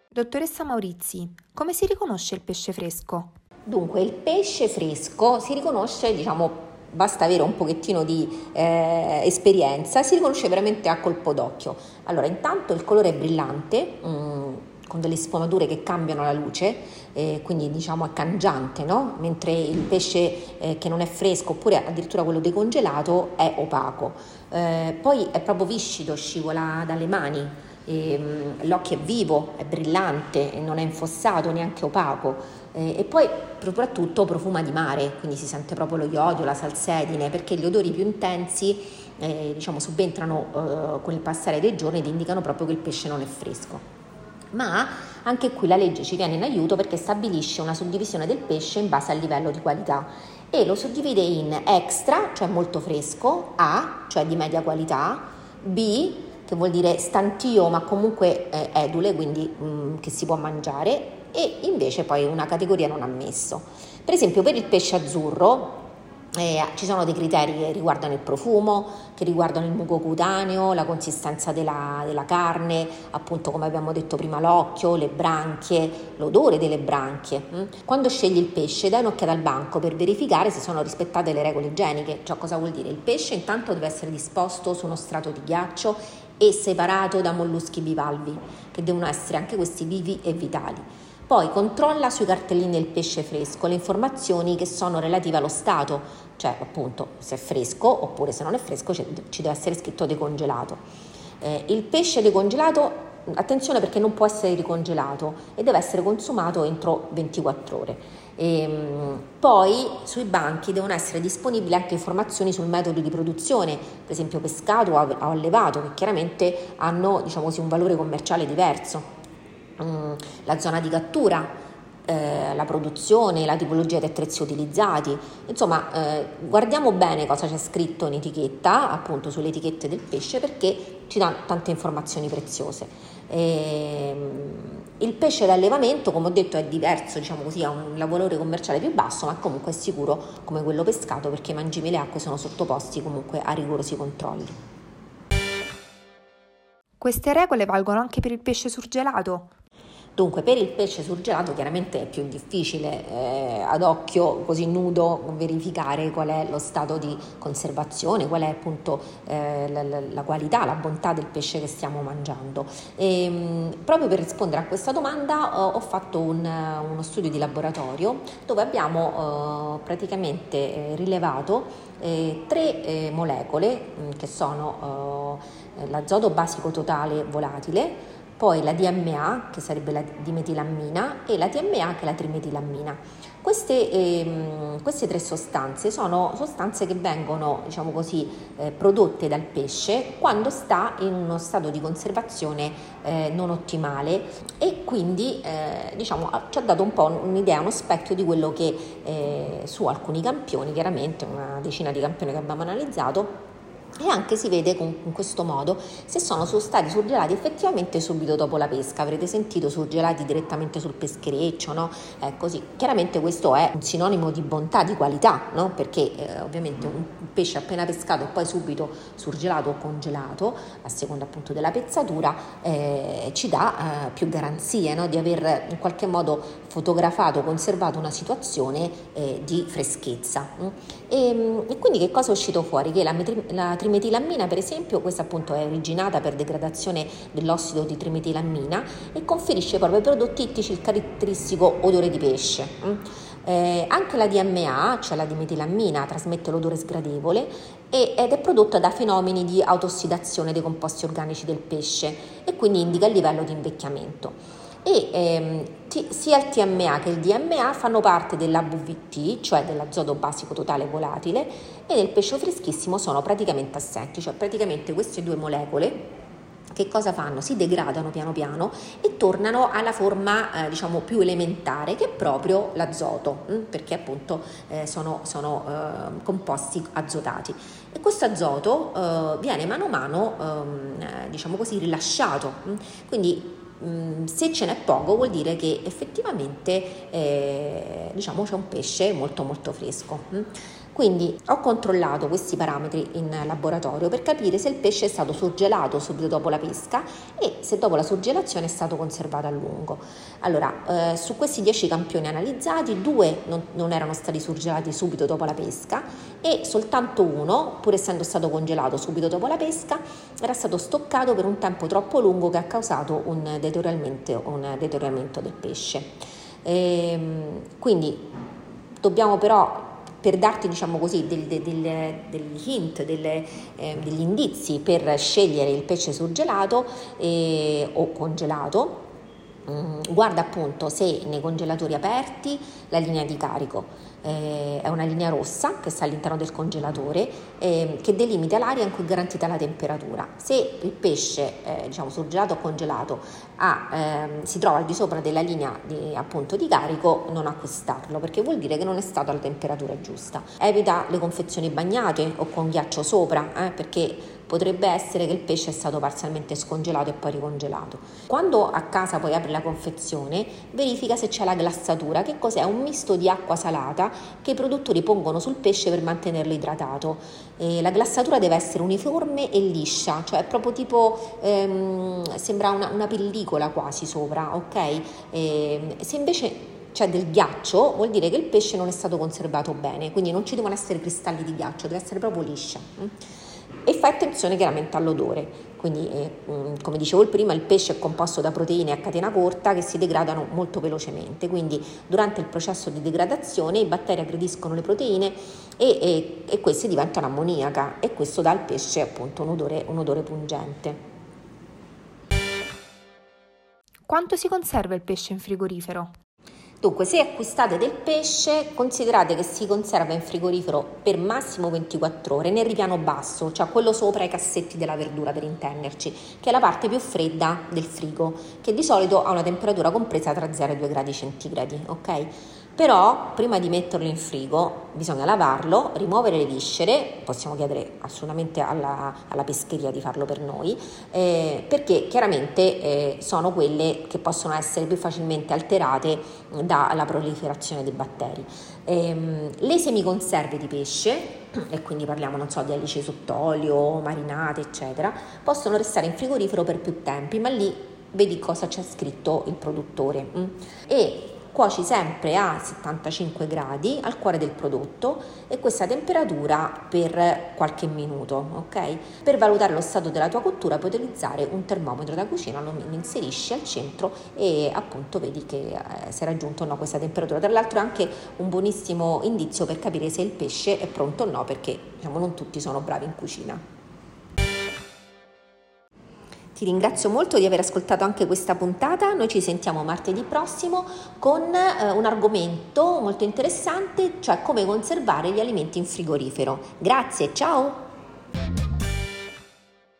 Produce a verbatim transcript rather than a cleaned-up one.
Dottoressa Maurizi, come si riconosce il pesce fresco? Dunque, il pesce fresco si riconosce, diciamo, basta avere un pochettino di eh, esperienza, si riconosce veramente a colpo d'occhio. Allora, intanto il colore è brillante, mh, con delle sfumature che cambiano la luce, eh, quindi diciamo è cangiante, no? Mentre il pesce eh, che non è fresco, oppure addirittura quello decongelato, è opaco. Eh, poi è proprio viscido, scivola dalle mani. E, mh, l'occhio è vivo, è brillante, non è infossato, neanche opaco, eh, e poi soprattutto profuma di mare, quindi si sente proprio lo iodio, la salsedine, perché gli odori più intensi eh, diciamo subentrano eh, con il passare dei giorni ed indicano proprio che il pesce non è fresco. Ma anche qui la legge ci viene in aiuto perché stabilisce una suddivisione del pesce in base al livello di qualità e lo suddivide in extra, cioè molto fresco, A, cioè di media qualità, B, che vuol dire stantio ma comunque eh, edule, quindi mh, che si può mangiare, e invece poi una categoria non ammesso. Per esempio per il pesce azzurro eh, ci sono dei criteri che riguardano il profumo, che riguardano il muco cutaneo, la consistenza della, della carne, appunto come abbiamo detto prima l'occhio, le branchie, l'odore delle branchie. Quando scegli il pesce dai un'occhiata al banco per verificare se sono rispettate le regole igieniche. Cioè, cosa vuol dire? Il pesce intanto deve essere disposto su uno strato di ghiaccio e separato da molluschi bivalvi, che devono essere anche questi vivi e vitali. Poi controlla sui cartellini del pesce fresco le informazioni che sono relative allo stato, cioè appunto se è fresco oppure se non è fresco ci deve essere scritto decongelato. Eh, il pesce decongelato, attenzione perché non può essere ricongelato e deve essere consumato entro ventiquattro ore. E, poi sui banchi devono essere disponibili anche informazioni sul metodo di produzione, per esempio pescato o allevato, che chiaramente hanno, diciamo così, un valore commerciale diverso. La zona di cattura, eh, la produzione, la tipologia di attrezzi utilizzati, insomma eh, guardiamo bene cosa c'è scritto in etichetta, appunto sulle etichette del pesce, perché ci dà tante informazioni preziose. E, il pesce d'allevamento, come ho detto, è diverso, diciamo così, ha un valore commerciale più basso, ma comunque è sicuro come quello pescato perché i mangimi e le acque sono sottoposti comunque a rigorosi controlli. Queste regole valgono anche per il pesce surgelato? Dunque, per il pesce surgelato chiaramente è più difficile eh, ad occhio così nudo verificare qual è lo stato di conservazione, qual è appunto eh, la, la, la qualità, la bontà del pesce che stiamo mangiando. E, mh, proprio per rispondere a questa domanda ho, ho fatto un, uno studio di laboratorio dove abbiamo eh, praticamente eh, rilevato eh, tre eh, molecole mh, che sono eh, l'azoto basico totale volatile, poi la D M A, che sarebbe la dimetilammina, e la T M A, che è la trimetilammina. Queste, ehm, queste tre sostanze sono sostanze che vengono, diciamo così, eh, prodotte dal pesce quando sta in uno stato di conservazione eh, non ottimale e quindi eh, diciamo, ci ha dato un po' un'idea, uno specchio di quello che eh, su alcuni campioni, chiaramente una decina di campioni che abbiamo analizzato, e anche si vede con, in questo modo se sono stati surgelati effettivamente subito dopo la pesca. Avrete sentito surgelati direttamente sul peschereccio, no? Eh, così. Chiaramente questo è un sinonimo di bontà, di qualità, no? Perché eh, ovviamente un pesce appena pescato e poi subito surgelato o congelato, a seconda appunto della pezzatura, eh, ci dà eh, più garanzie, no? Di aver in qualche modo fotografato, conservato una situazione eh, di freschezza. E, e quindi che cosa è uscito fuori? Che la, metri, la trimetilammina, per esempio, questa appunto è originata per degradazione dell'ossido di trimetilammina e conferisce proprio ai prodotti ittici il caratteristico odore di pesce. Eh, anche la D M A, cioè la dimetilammina, trasmette l'odore sgradevole e, ed è prodotta da fenomeni di autossidazione dei composti organici del pesce e quindi indica il livello di invecchiamento. E ehm, t- sia il T M A che il D M A fanno parte dell'A V V T, cioè dell'azoto basico totale volatile, e nel pesce freschissimo sono praticamente assenti, cioè praticamente queste due molecole che cosa fanno? Si degradano piano piano e tornano alla forma eh, diciamo più elementare, che è proprio l'azoto, hm? Perché appunto eh, sono, sono eh, composti azotati e questo azoto eh, viene mano a mano ehm, diciamo così rilasciato, hm? Quindi se ce n'è poco vuol dire che effettivamente eh, diciamo c'è un pesce molto molto fresco. Quindi ho controllato questi parametri in laboratorio per capire se il pesce è stato surgelato subito dopo la pesca e se dopo la surgelazione è stato conservato a lungo. Allora, eh, su questi dieci campioni analizzati, due non, non erano stati surgelati subito dopo la pesca e soltanto uno, pur essendo stato congelato subito dopo la pesca, era stato stoccato per un tempo troppo lungo che ha causato un deterioramento, un deterioramento del pesce. E, quindi dobbiamo però, per darti diciamo così del, del, del, degli hint, delle, eh, degli indizi per scegliere il pesce surgelato eh, o congelato, mh, guarda appunto se nei congelatori aperti la linea di carico eh, è una linea rossa che sta all'interno del congelatore eh, che delimita l'area in cui è garantita la temperatura. Se il pesce eh, diciamo surgelato o congelato ha, ehm, si trova al di sopra della linea di, appunto di carico, non acquistarlo, perché vuol dire che non è stato alla temperatura giusta. Evita le confezioni bagnate o con ghiaccio sopra, eh, perché potrebbe essere che il pesce è stato parzialmente scongelato e poi ricongelato. Quando a casa poi apri la confezione, verifica se c'è la glassatura. Che cos'è? Un misto di acqua salata che i produttori pongono sul pesce per mantenerlo idratato. E la glassatura deve essere uniforme e liscia, cioè proprio tipo ehm, sembra una, una pellicola quasi sopra, ok? E se invece c'è del ghiaccio, vuol dire che il pesce non è stato conservato bene, quindi non ci devono essere cristalli di ghiaccio, deve essere proprio liscia. E fai attenzione chiaramente all'odore, quindi eh, come dicevo prima, il pesce è composto da proteine a catena corta che si degradano molto velocemente, quindi durante il processo di degradazione i batteri aggrediscono le proteine e, e, e queste diventano ammoniaca e questo dà al pesce appunto un odore, un odore pungente. Quanto si conserva il pesce in frigorifero? Dunque, se acquistate del pesce, considerate che si conserva in frigorifero per massimo ventiquattro ore nel ripiano basso, cioè quello sopra i cassetti della verdura per intenderci, che è la parte più fredda del frigo, che di solito ha una temperatura compresa tra zero e due gradi centigradi, ok? Però prima di metterlo in frigo bisogna lavarlo, rimuovere le viscere, possiamo chiedere assolutamente alla, alla pescheria di farlo per noi, eh, perché chiaramente eh, sono quelle che possono essere più facilmente alterate dalla proliferazione dei batteri. Eh, le semiconserve di pesce, e quindi parliamo non so di alici sott'olio, marinate eccetera, possono restare in frigorifero per più tempi, ma lì vedi cosa c'è scritto il produttore. Mm. E cuoci sempre a settantacinque gradi al cuore del prodotto e questa temperatura per qualche minuto, ok? Per valutare lo stato della tua cottura puoi utilizzare un termometro da cucina, lo inserisci al centro e appunto vedi che eh, si è raggiunto o no questa temperatura. Tra l'altro è anche un buonissimo indizio per capire se il pesce è pronto o no, perché diciamo non tutti sono bravi in cucina. Ti ringrazio molto di aver ascoltato anche questa puntata, noi ci sentiamo martedì prossimo con eh, un argomento molto interessante, cioè come conservare gli alimenti in frigorifero. Grazie, ciao!